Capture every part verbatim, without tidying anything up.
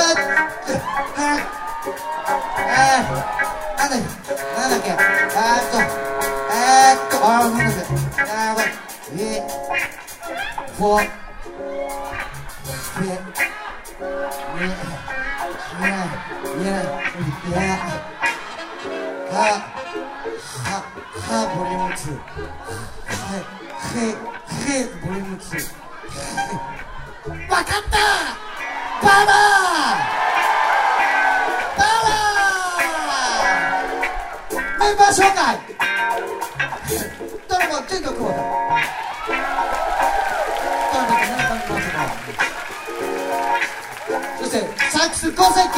なんだっけなんだっけえーっとえーっとあーなんだっけあーこれえーフォーえーえーえーえーはははボリュームツーへへへボリュームツーわかったパワーメンバー紹介どれも全国をどれも何か見ましょうかそしてサックス小関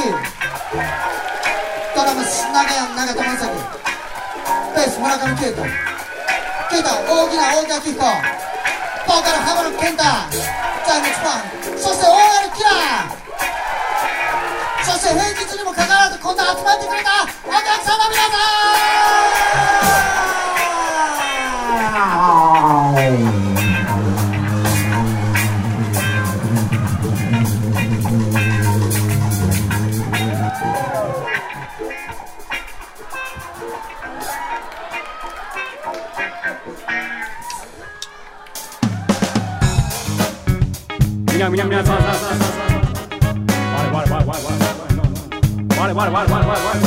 ドラム長屋長友正樹ベース村上啓太啓太大木な大木明彦ボーカル浜野健太ジャイムチパンそして オーエル キラーそして平日にもかかわらずこんな集まってくれたお客さんの皆さんみなみなみなさあさあさあさあわれわれわれわれわれわれわれわれわれわれわれわれ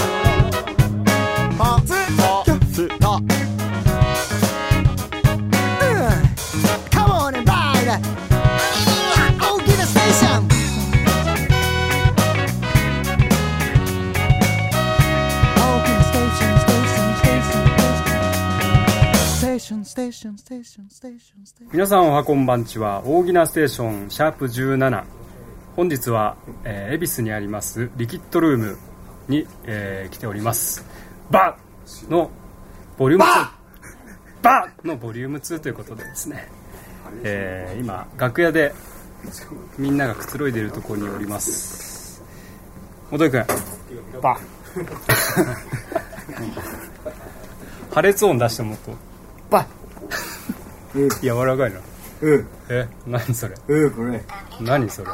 ポツポツと Come on and ride 大きなステーション大きなステーションステーションステーションステーションステーションステーションステーションステーション皆さんおはこんばんちは。大喜なステーションシャープじゅうなな、本日は、えー、恵比寿にありますリキッドルームに、えー、来ております。バーのボリュームツーバーのボリュームツーということでですね、えー、今楽屋でみんながくつろいでいるところにおります。元井くんバー破裂音出してもっとバー柔らかいな。 うん。 え、何それ。 うん、これ。 何それ。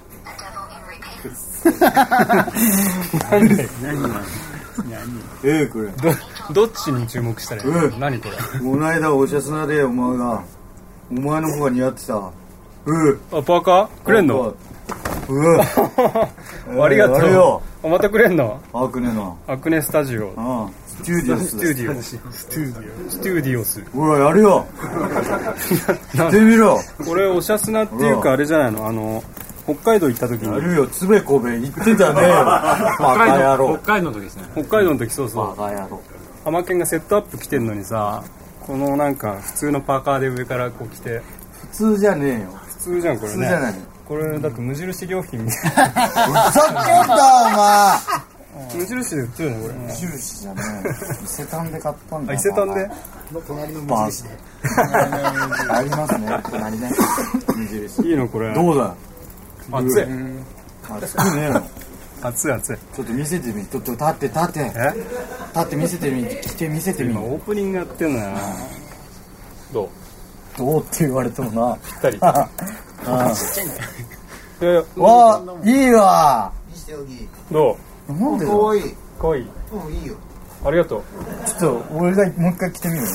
何で何何えー、これ。 ど、どっちに注目したらいいの、 うん、 何これ。 この間おしゃすなでお前が、お前の方が似合ってた。うん。 あ、パーカーくれんの。 うん。 ありがとう。 あれよ。 あ、またくれんの。 アクネの。 アクネスタジオ。 ああ。ステューディオス。 ステューディオス。ステューディオス。ステューディオス。 ほら、やるよ。してみろ。 これ、おしゃすなっていうか、あれじゃないの、あの、北海道行った時に。 やるよ、つべこべ言ってたね。バカ野郎。 北海道の時ですね。北海道の時、そうそう。 バカ野郎。 ハマケンがセットアップ着てんのにさ、このなんか、普通のパーカーで上からこう着て。 普通じゃねえよ。 普通じゃん、これね。 普通じゃない。 これ、だって無印良品みたいな。 ふざけんな、お前。 無印で売ってるのこれ。 無印じゃねえ。伊勢丹で買ったんだ。 あ、伊勢丹での隣の無印で。ありますね、隣ね。無印。 いいのこれ。 どうだ。 熱い。 熱くねえの。 熱い熱い。 ちょっと見せてみ。ちょっと立って立って。 え？ 立って見せてみ。来て見せてみ。 今オープニングやってんのよな。どう？ どうって言われてもな。 ぴったり。 ああ。 ちっちゃいんだよ。 わ、いいわ。 どう？なんでだ？ かわいい。 かわいい。 うん、いいよ。 ありがとう。 ちょっと俺がもう一回着てみる。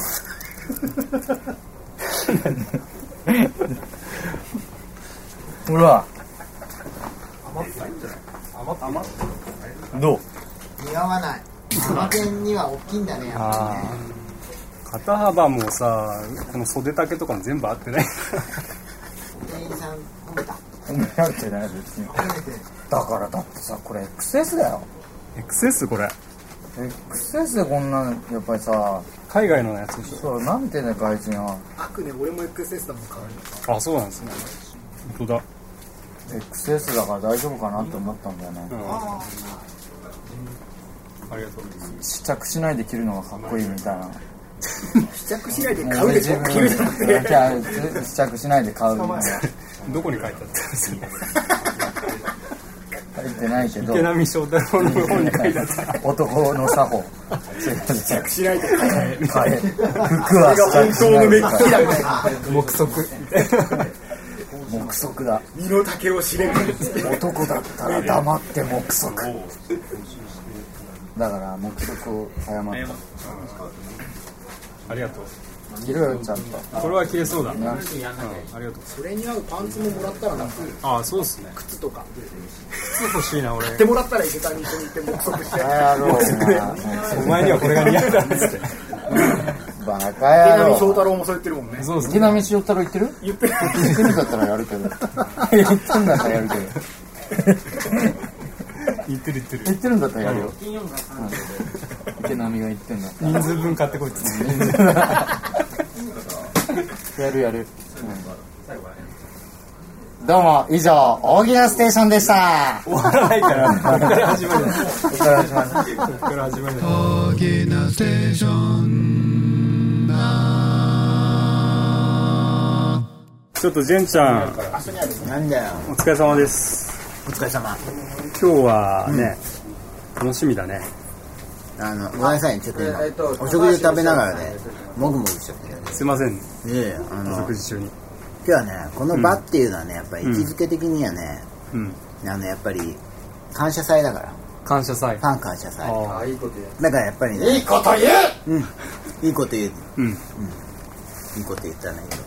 ほら。 余ってないんじゃない？余って余ってどう？ 似合わない。マケンには大きいんだね、やっぱりね。 肩幅もさ、この袖丈とかも全部合ってない。 店員さん褒めた。 褒められてない別に。だからだってさ、これ エックスエス だよ。 エックスエス これ。 エックスエス でこんなやっぱりさ、 海外のやつでしょ。 そう、なんて言うんだよ外人は。 アクね、俺も エックスエス だもん、変わる。 あ、そうなんですね。本当だ。 エックスエス だから大丈夫かなって思ったんだよね。 うん、ありがとう。 試着しないで着るのがかっこいいみたいな。 試着しないで買うでしょ。着るじゃなくて。 試着しないで買うみたいな。 どこに書いてあったんですか。 書いてないけど。 池波正太郎の本に書いてあった。 男の作法。 試着しないで買え。 買え。服は試着しないで買え。 目測。 目目測だ。 身の丈を知れない男だったら黙って目測。だから目測を謝った。 ありがとう。 着ろよちゃんと。 これは着れそうだね。うん、ありがとう。 それに合うパンツももらったらな。 ああ、そうですね。 靴とか靴欲しいな俺。 買ってもらったら池谷に行って目測して。 お前にはこれが似合うだっつって。 バカ池野郎。 波翔太郎もそう言ってるもんね。 そうですね。 池波翔太郎言ってる？ 言ってる。 言ってるんだったらやるけど。言ってんだったらやるけど。 言ってる言ってる。 言ってるんだったらやるよ。池波が言ってんだ。 人数分買ってこいっつって。 やるやる。どうも以上大喜利ステーションでした。 終わらないから。ここから始まる。 ここから始まる。 ここから始まる。 大きなステーションだ。 ちょっとジェンちゃん、 なんだよ。 お疲れ様です。 お疲れ様。 今日はね、うん、楽しみだね。 あの、ごめんなさいね、ちょっと今、お食事食べながらね、もぐもぐしちゃってね。 すいません。 いえいえ、あの、 お食事中に。 今日はね、この場っていうのはね、やっぱり位置づけ的にはね、 うん。 あの、やっぱり、感謝祭だから。 感謝祭。 ファン感謝祭。 ああ、いいこと言う。 だからやっぱりね。 いいこと言う。 うん。いいこと言う。 うん。うん。 いいこと言ったんだけど。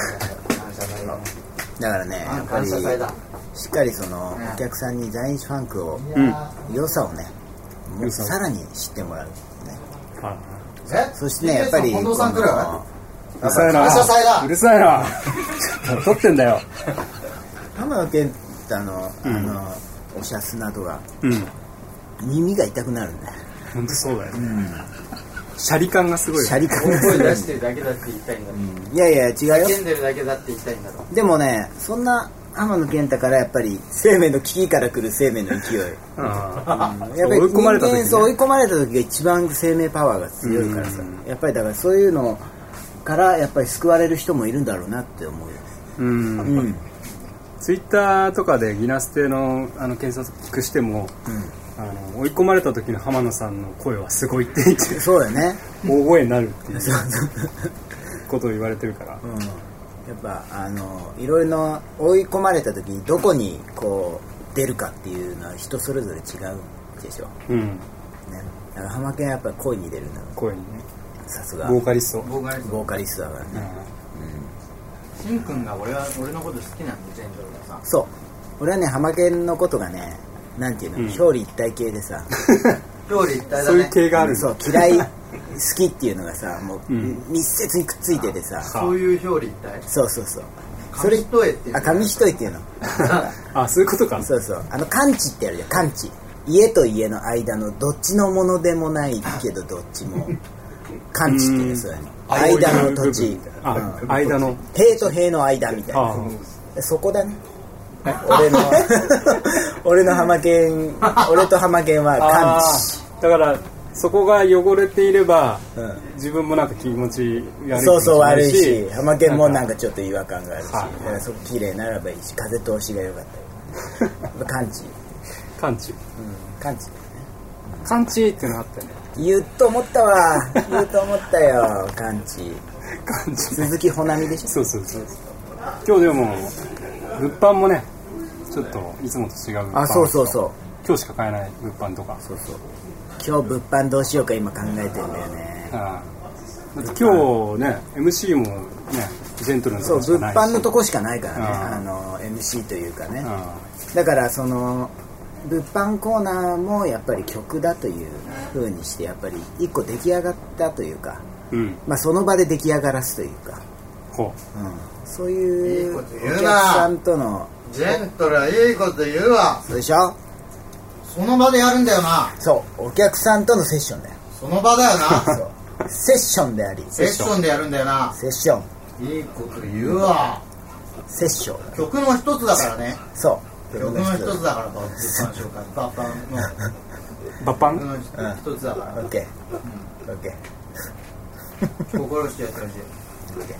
だからね、やっぱり、しっかりその、お客さんに在日ファンクを、良さをね、もうさらに知ってもらう。そしてね、やっぱり、 近藤さん来る？ うるさいな。 感謝祭だ。 うるさいな。撮ってんだよ。 浜野健太の、あの、おしゃすなとか、 うん。 耳が痛くなるんだよ。 ほんとそうだよ。うん。シャリ感がすごい。 シャリ感が声出してるだけだって言いたいんだろ。 いやいや、違うよ。 叫んでるだけだって言いたいんだろ。 でもね、そんな浜野健太からやっぱり生命の危機から来る生命の勢い。 ああ。 やっぱり追い込まれた時にね。 そう追い込まれた時が一番生命パワーが強いからさ。やっぱりだからそういうのからやっぱり救われる人もいるんだろうなって思うよ。 うん。 うん。 ツイッターとかでギナステのあの検索しても、うん、あの追い込まれた時の浜野さんの声はすごいって言って、 そうだね。 大声になるっていうことを言われてるから。 うん。やっぱあのいろいろな追い込まれた時にどこにこう出るかっていうのは人それぞれ違うでしょ。 うん。 ね。だから浜健はやっぱり声に出るんだろう。 声にね。 さすが。 ボーカリスト。 ボーカリスト。 ボーカリストだからね。 しんくんが俺は俺のこと好きなんで全部がさ。 そう。俺はね浜健のことがね、なんていうの、うん、表裏一体系でさ。 表裏一体だね。 そういう系がある。 そう嫌い好きっていうのがさ、もう、うん、密接にくっついててさ。 そういう表裏一体。 そうそうそう。 紙一重っていう。 あ、紙一重っていうの。 あ、そういうことか。 そうそう。あの完地ってあるじゃん、完地。家と家の間のどっちのものでもないけどどっちも。完地っていうそうやね。間の土地。 あ、うん、間の。 塀と塀の間みたいな。そこだね。俺の俺の浜県俺と浜県は完治だからそこが汚れていれば、うん、自分もなんか気持ち悪いそうそう悪いし浜県もなんかちょっと違和感があるしだからそこ綺麗ならばいいし風通しが良かったり完治完治完治完治ってのあったよね言うと思ったわ言うと思ったよ完治鈴木保奈美でしょそうそうそう今日でも物販もねちょっといつもと違う物販あそうそうそう今日しか買えない物販とかそうそう今日物販どうしようか今考えてるんだよねああだって今日ね エムシー もねジェントルのとこしかないしそう物販のとこしかないからねああの エムシー というかねだからその物販コーナーもやっぱり曲だという風にしてやっぱり一個出来上がったというか、うんまあ、その場で出来上がらすというかほう、 うん、そういうお客さんとのジェントルはいいこと言うわそうでしょその場でやるんだよなそうお客さんとのセッションだよその場だよなそうセッションでありセッションでやるんだよなセッションいいこと言うわセッション曲の一つだからねそう曲の一つだから物販紹介バッパンのバッパンの一つだからオッケーオッケー心してやってほしいオッケー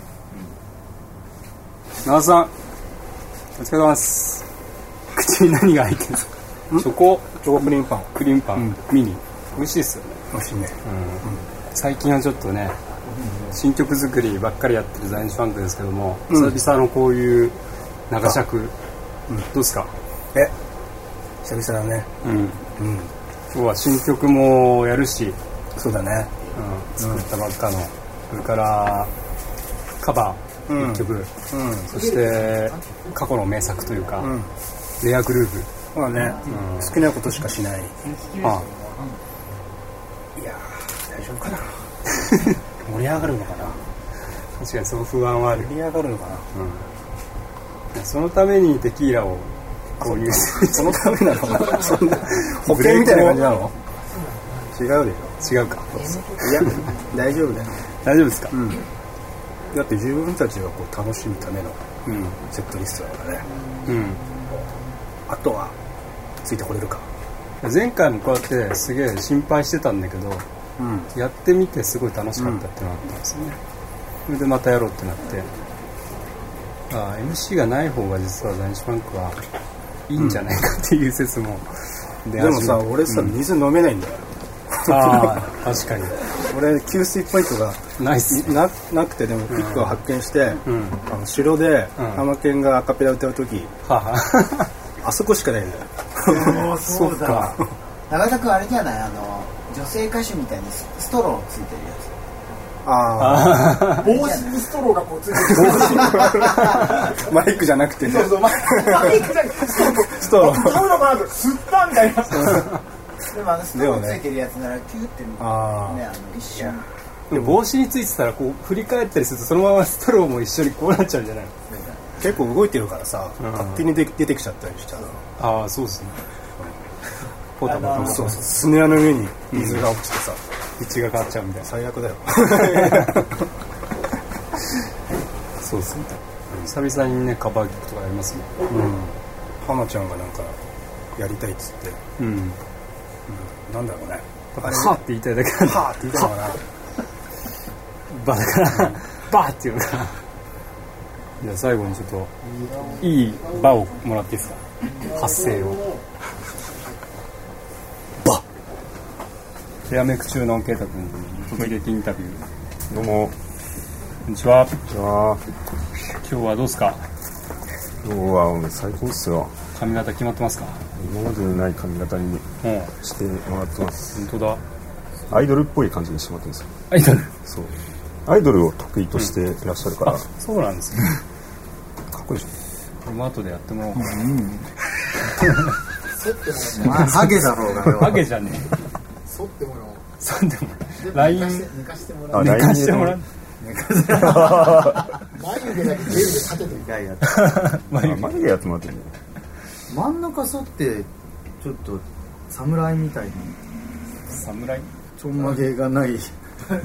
長田さんお疲れ様です口に何が入ってるんですかチョコチョコクリームパンクリームパン、うん、ミニ美味しいですよね美味しいね、うんうん、 最近はちょっとね、うん、新曲作りばっかりやってる在日ファンクですけども、うん、久々のこういう長尺、うん、どうですか？ え久々だね。 うん、うん、 今日は新曲もやるし、 そうだね、 うん、作ったばっかの、それからカバーいっきょく、うん、そして過去の名作というか、うん、レアグルーヴ、 そうだね、うん、好きなことしかしない。 ああ、 いや大丈夫かな盛り上がるのかな。 確かにその不安はある。 盛り上がるのかな、 うん、そのためにテキーラを購入する。 そのためなのかな。そんな保険みたいな感じなの？違うでしょ。違うか。 いや大丈夫だよ。 大丈夫ですか？ うん、だって自分たちがこう楽しむためのセットリストだからね、うん、あとはついてこれるか。 前回もこうやってすげえ心配してたんだけど、うん、やってみてすごい楽しかったってのがあったんですよね、うん、それでまたやろうってなって、ああ エムシー がない方が実は在日ファンクはいいんじゃないかっていう説も出始めて、でもさ俺さ、うん、水飲めないんだよ。 ああ確かに俺給水ポイントがないっす、ね、 な, なくてでもいっこ発見して、うん、あの城でハマケンがアカペラ歌う時、うん、あそこしかないんだよ。 そうだ。長田君あれじゃない、あの女性歌手みたいにストローついてるやつ。 ああ帽子にストローがこうついてる。 マイクじゃなくてね。 そうそうマイクじゃなくてストロー。ストロー。買うのかなと吸ったみたいな。 でもあのストローついてるやつならキューってね、あの一瞬。 で帽子についてたらこう振り返ったりするとそのままストローも一緒にこうなっちゃうんじゃないの？ 結構動いてるからさ、うん、勝手に出てきちゃったりしたら。 ああそうですね。ポタポタそうそうスネアの上に水が落ちてさ、 位置が変わっちゃうみたいな。 最悪だよ。 そうですね。久々にねカバー曲とかやりますね。 うん。花ちゃんがなんかやりたいっつって。うん。うん、なんだろうね。 はーって言いたいだけなんだ。 はーって言いたいのかな。 バだからバーっていうのかな。じゃあ最後にちょっといいバをもらっていいですか？発声を。バ。ヘアメイク中のケイタ君に突撃インタビュー。 どうも。 こんにちは。 こんにちは。 今日はどうですか？ 今日は最近っすよ。 髪型決まってますか？ 今までにない髪型にしてもらってます。 本当だ。 アイドルっぽい感じにしてもらってるんですよ。 アイドル？ そう。アイドルを得意としていらっしゃるから、うん、 そうなんですね。 かっこいいでしょ。 これも後でやってもらおうかな。うん。 まあハゲだろうがよ。 ハゲじゃねえ。 剃ってもらおう。 剃ってもらおう。ライン寝かしてもらう。 寝かしてもらう。 寝かしてもらう。眉毛だけゲルで立ててる。 いやいや。 眉毛やってもらってるね。 真ん中剃ってちょっと侍みたいに。 侍？ ちょんまげがない。 あ、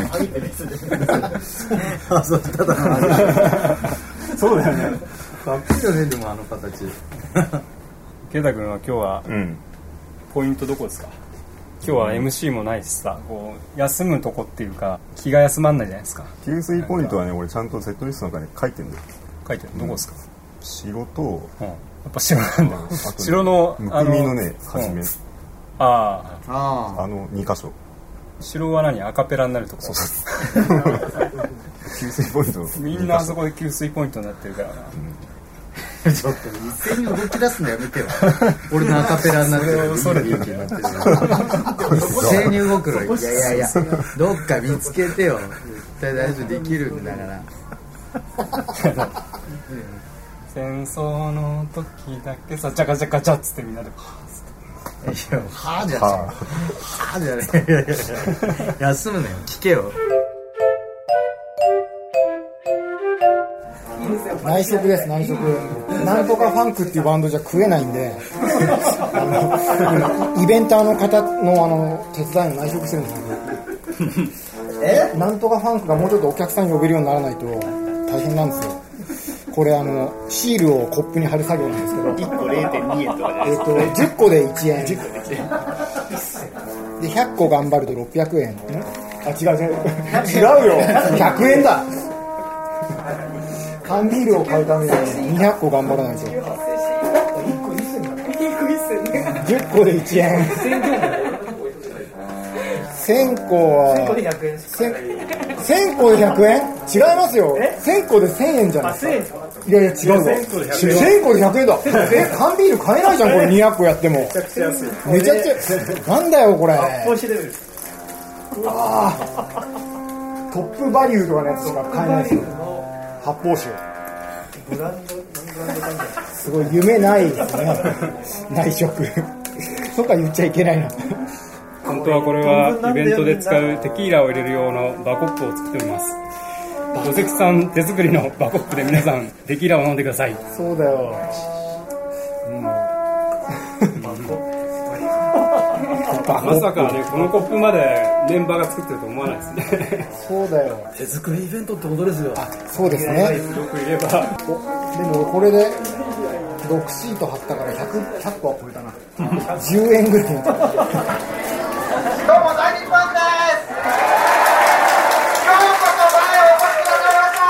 そうただそうだよね。 かっこいいよねでもあの形。 ケイタ君は今日は、うん、ポイントどこですか？今日は エムシー もないしさ、こう休むとこっていうか気が休まんないじゃないですか。 給水ポイントはね、俺ちゃんとセットリストの中に書いてるんだよ。 書いてる。どこですか？ 白と、 うん、やっぱ白なんだよ。白のむくみのね始め、うん、 あああのに箇所。 白は何？アカペラになるところ。 給水ポイント。 みんなあそこで給水ポイントになってるからな。 うん、ちょっと一斉に動き出すのやめてよ。俺のアカペラになってる。 恐れてるってなってる。 一斉に動くの。いやいやいや。どっか見つけてよ。絶対大丈夫できるんだから。 戦争の時だけさ、チャカチャカチャっつってみんなで。 いや、はぁじゃねえ。はぁじゃねえ。いやいやいや休むのよ。聞けよ。 内職です、内職。なんとかファンクっていうバンドじゃ食えないんで、あのイベンターの方のあの手伝いの内職してるんですよ。え？なんとかファンクがもうちょっとお客さん呼べるようにならないと大変なんですよ。これあのシールをコップに貼る作業なんですけど、 いっこ れいてんにえんとかじゃないですか。 えっとじゅっこでいちえん。 じゅっこでいちえん。 でひゃっこ頑張るとろっぴゃくえん。あ、違う違う。違うよ。ひゃくえんだ。缶ビールを買うためににひゃっこ頑張らないと。じゅっこでいちえん。せんこはせんこでひゃくえん。 違いますよ。せんこでせんえんじゃないですか。いやいや違うぞ。せんこでひゃくえんだ。え、缶ビール買えないじゃんこれにひゃくこやっても。めちゃくちゃ安い。めちゃくちゃなんだよこれ。発泡酒レベル。ああ。トップバリューとかのやつしか買えないですよ。発泡酒。ブランドすごい夢ないですね。内職。そっか言っちゃいけないな。 本当はこれはイベントで使うテキーラを入れる用のバコップを作っております。土石さん手作りのバコップで皆さんテキーラを飲んでください。 そうだよ、うん、 まさかねこのコップまでメンバーが作ってると思わないですね。 そうだよ、 手作りイベントってことですよ。 あ、そうですね。 よく言えばでもこれでろくシート貼ったからひゃく、ひゃっこは超えたな。じゅうえんぐらい。 どうも大日本です。今日こそ前をお越しくださいました。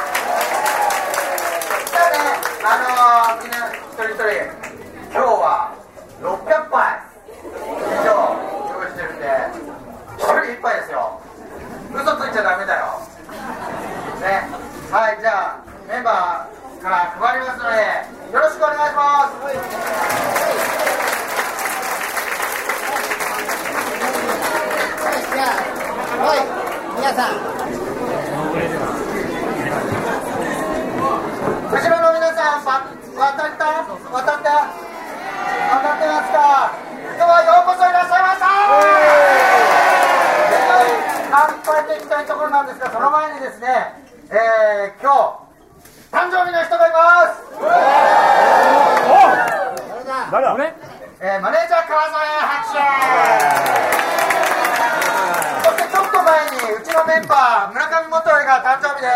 じゃあね、あのー、みんな一人一人今日はろっぴゃくぱい以上用意してるんで一人一杯ですよ。嘘ついちゃダメだよね。はい、じゃあメンバーから配りますのでよろしくお願いします。 はい、皆さん後ろの皆さん渡った渡って渡ってますか。今日はようこそいらっしゃいました。乾杯でいきたいところなんですが、その前にですね、えー、今日誕生日の人がいます。 誰だ？ えー、マネージャー川添拍手。そしてちょっと前にうちのメンバー村上元恵が誕生日です。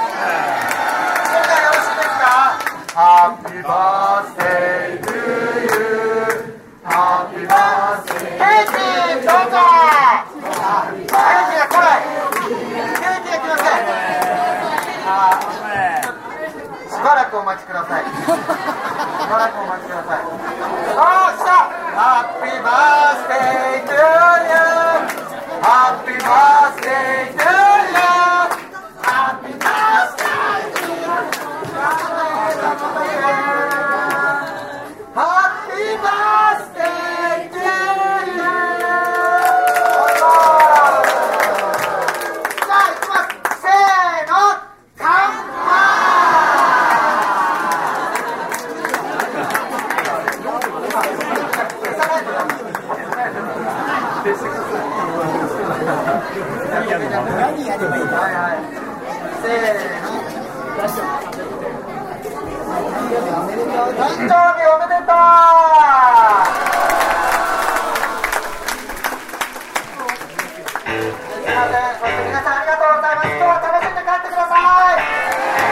それではよろしいですか。Happy birthday to you Happy birthday ケーキどうぞ。ケーキが来ない。ケーキが来ません。あしばらくお待ちください。しばらくお待ちください。あー来た。Happy birthday to you Happy birthday to you Happy birthday to you Happy birthday to you さあ行きます。せーの乾杯。何やればいいか。はいはい。せーの。誕生日おめでとう。すいません。そして皆さんありがとうございます。今日は楽しんで帰ってください。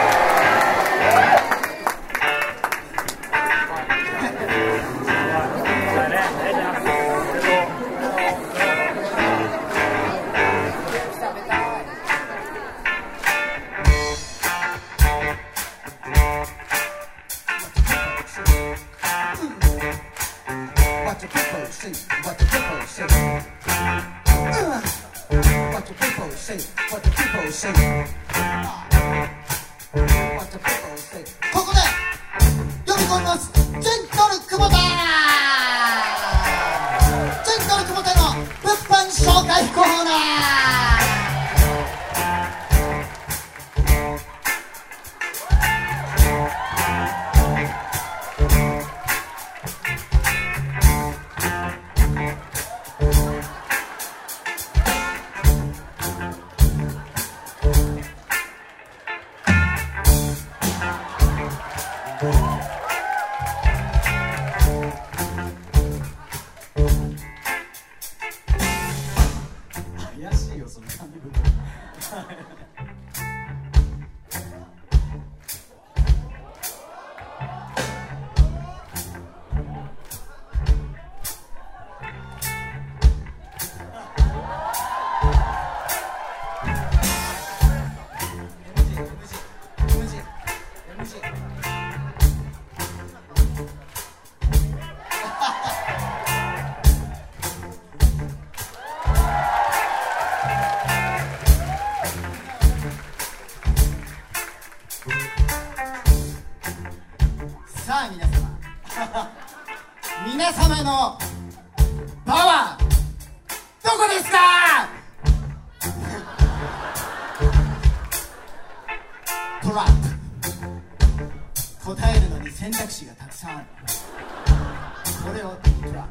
ここで呼び込みます。ジェントル久保田。ジェントル久保田の物販紹介コーナー。 皆様のパワーどこですか？トラップ。答えるのに選択肢がたくさんある。これをトラッ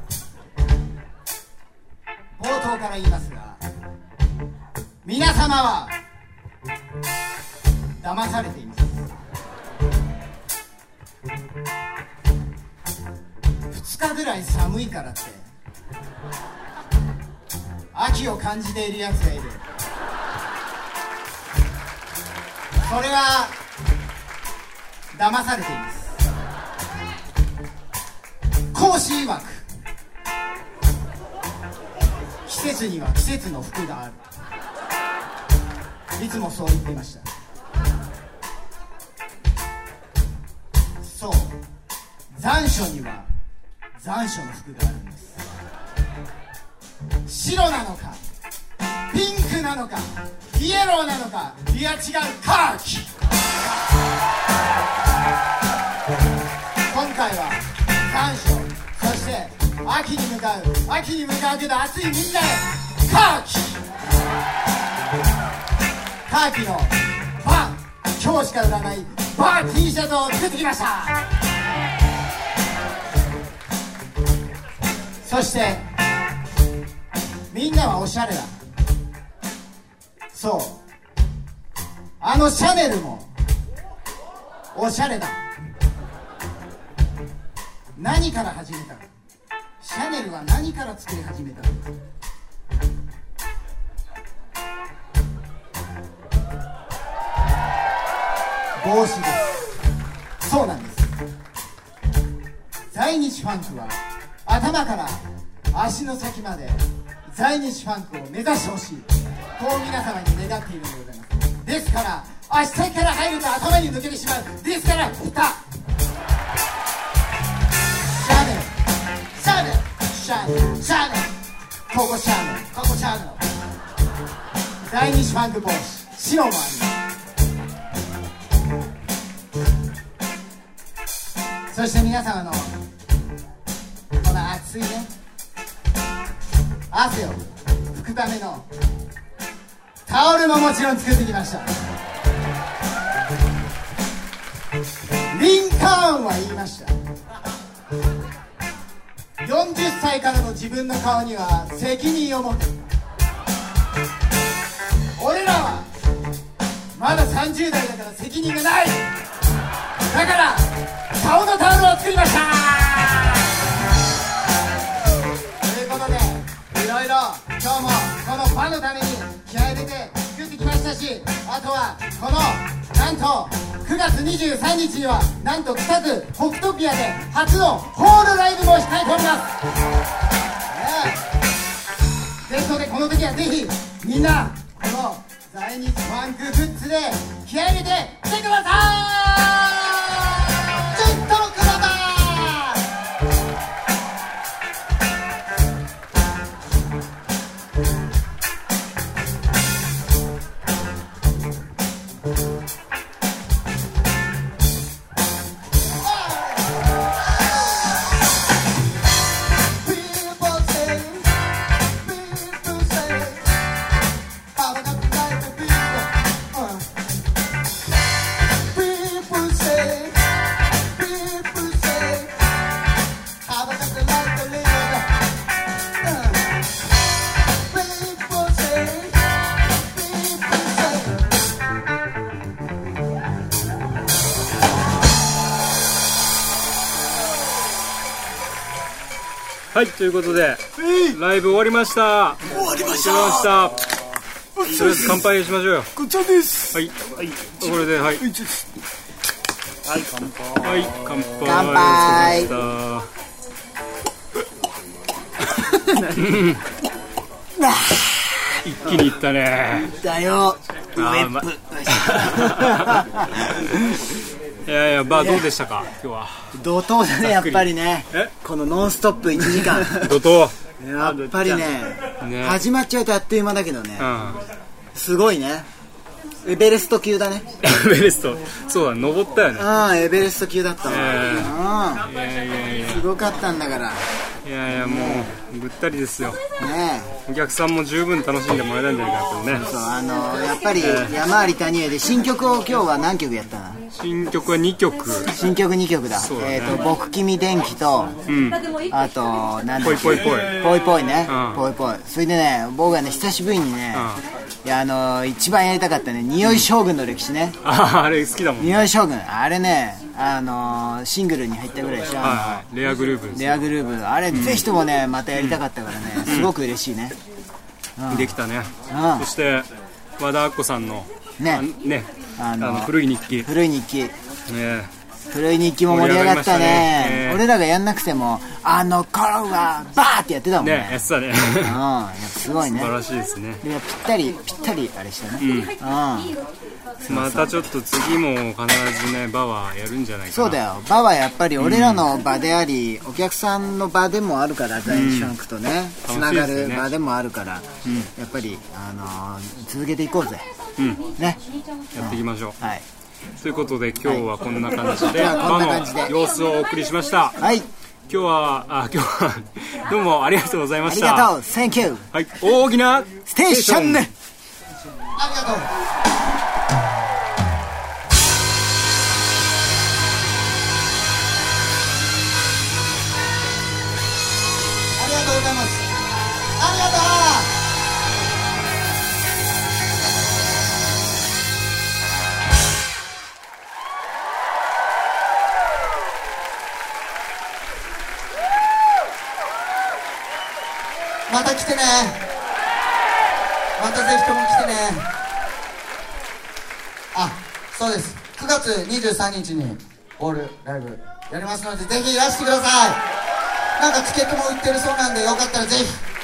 プ。冒頭から言いますが、皆様は騙されています。ふつかぐらい寒いからって秋を感じているやつがいる。それは騙されています。講師曰く、季節には季節の服がある。いつもそう言っていました。そう、残暑には残暑の服があるんです。白なのかピンクなのかイエローなのか、いや違う、カーキ。今回は残暑、そして秋に向かう秋に向かうけど暑いみんなへカーキ。カーキのバン、今日しか売らないバー T シャツを作ってきました。そしてみんなはおしゃれだ。そう、あのシャネルもおしゃれだ。何から始めたの？シャネルは何から作り始めたの？帽子です。そうなんです。在日ファンクは頭から足の先まで在日ファンクを目指してほしい、こう皆様に願っているのでございます。ですから足先から入ると頭に抜けてしまう。ですから蓋、シャネルシャネルシャネルシャネル、ここシャネルここシャネル。在日ファンク帽子、白もあります。そして皆様のこの熱いね汗を拭くためのタオルももちろん作ってきました。リンカーンは言いました。よんじゅっさいからの自分の顔には責任を持て。俺らはまださんじゅう代だから責任がない。だから顔のタオルを作りました。ということでいろいろ今日もこのファンのために気合い入れて作ってきましたし、あとはこのなんとくがつにじゅうさんにちにはなんと北区北トピアで初のホールライブも控えております、ね、ですのでこの時はぜひみんなこの在日ファンクグッズで気合い入れて来てください。 はい、ということでライブ終わりました。 終わりまし終わりました。とりあえず乾杯しましょうよ。 こちらです。 はい、はい、これではい、はい、 乾杯。 はい、乾杯。 乾杯。 一気にいったね。 だよ。 ウェップ。いやいや、バーどうでしたか今日は。 怒涛だね、やっぱりね。このノンストップいちじかん。 怒涛。 やっぱりね、 ね、 始まっちゃうとあっという間だけどね、うん、すごいね。 エベレスト級だね。 エベレスト、そうだ、登ったよね。 ああ、エベレスト級だったわ。 えー、 うん、 いやいやいや、 すごかったんだから。 いやいや、もうぐったりですよ。 ねえ、お客さんも十分楽しんでもらえたんじゃないかなとね。 そう、あのー、やっぱり山あり谷ありで新曲を今日は何曲やったの？ 新曲はにきょく。 新曲にきょくだ。 ね、 えっ、ー、と僕君電気と、 うん、 あとなんだっけ、 ぽいぽいぽいぽいぽいね、 うん、 ぽいぽい。それでね、僕がね久しぶりにね、うん、いやあのー、一番やりたかったね、匂い将軍の歴史ね。 ああ、あれ好きだもんね。 匂い将軍、あれね、あのー、シングルに入ったぐらいでしょ。はいはい、レアグループです。 レアグループ、あれ、うん、ぜひともねまたやりたかったからね、うん、すごく嬉しいね。 うん、できたね。 うん、 そして和田アッコさんのね、ね、あの古い日記。 古い日記。 ね、 古い日記も盛り上がった ね, ね、えー、俺らがやんなくてもあの頃はバーってやってたもんね。 ね、やってたね。うん、 やっぱすごいね。 素晴らしいですね。 でぴったりぴったりあれしたね。うん。うん、 またちょっと次も必ずねバはやるんじゃないかな。 そうだよ。バはやっぱり俺らの場であり、うん、お客さんの場でもあるから、ザインシャンクとね、つながる場でもあるから、うん、やっぱりあのー、続けていこうぜ。うん。ね。 やっていきましょう。 はい。 ということで今日はこんな感じで、はい、バの様子をお送りしました。 はい。 今日はあ今日はどうもありがとうございました。 ありがとう。Thank you。 はい。大きなステーションね。 ありがとう。ありがとうございます。ありがとう。また来てね。またぜひとも来てね。あ、そうです。くがつにじゅうさんにちにホールライブやりますので、ぜひいらしてください。なんかチケットも売ってるそうなんで、よかったらぜひ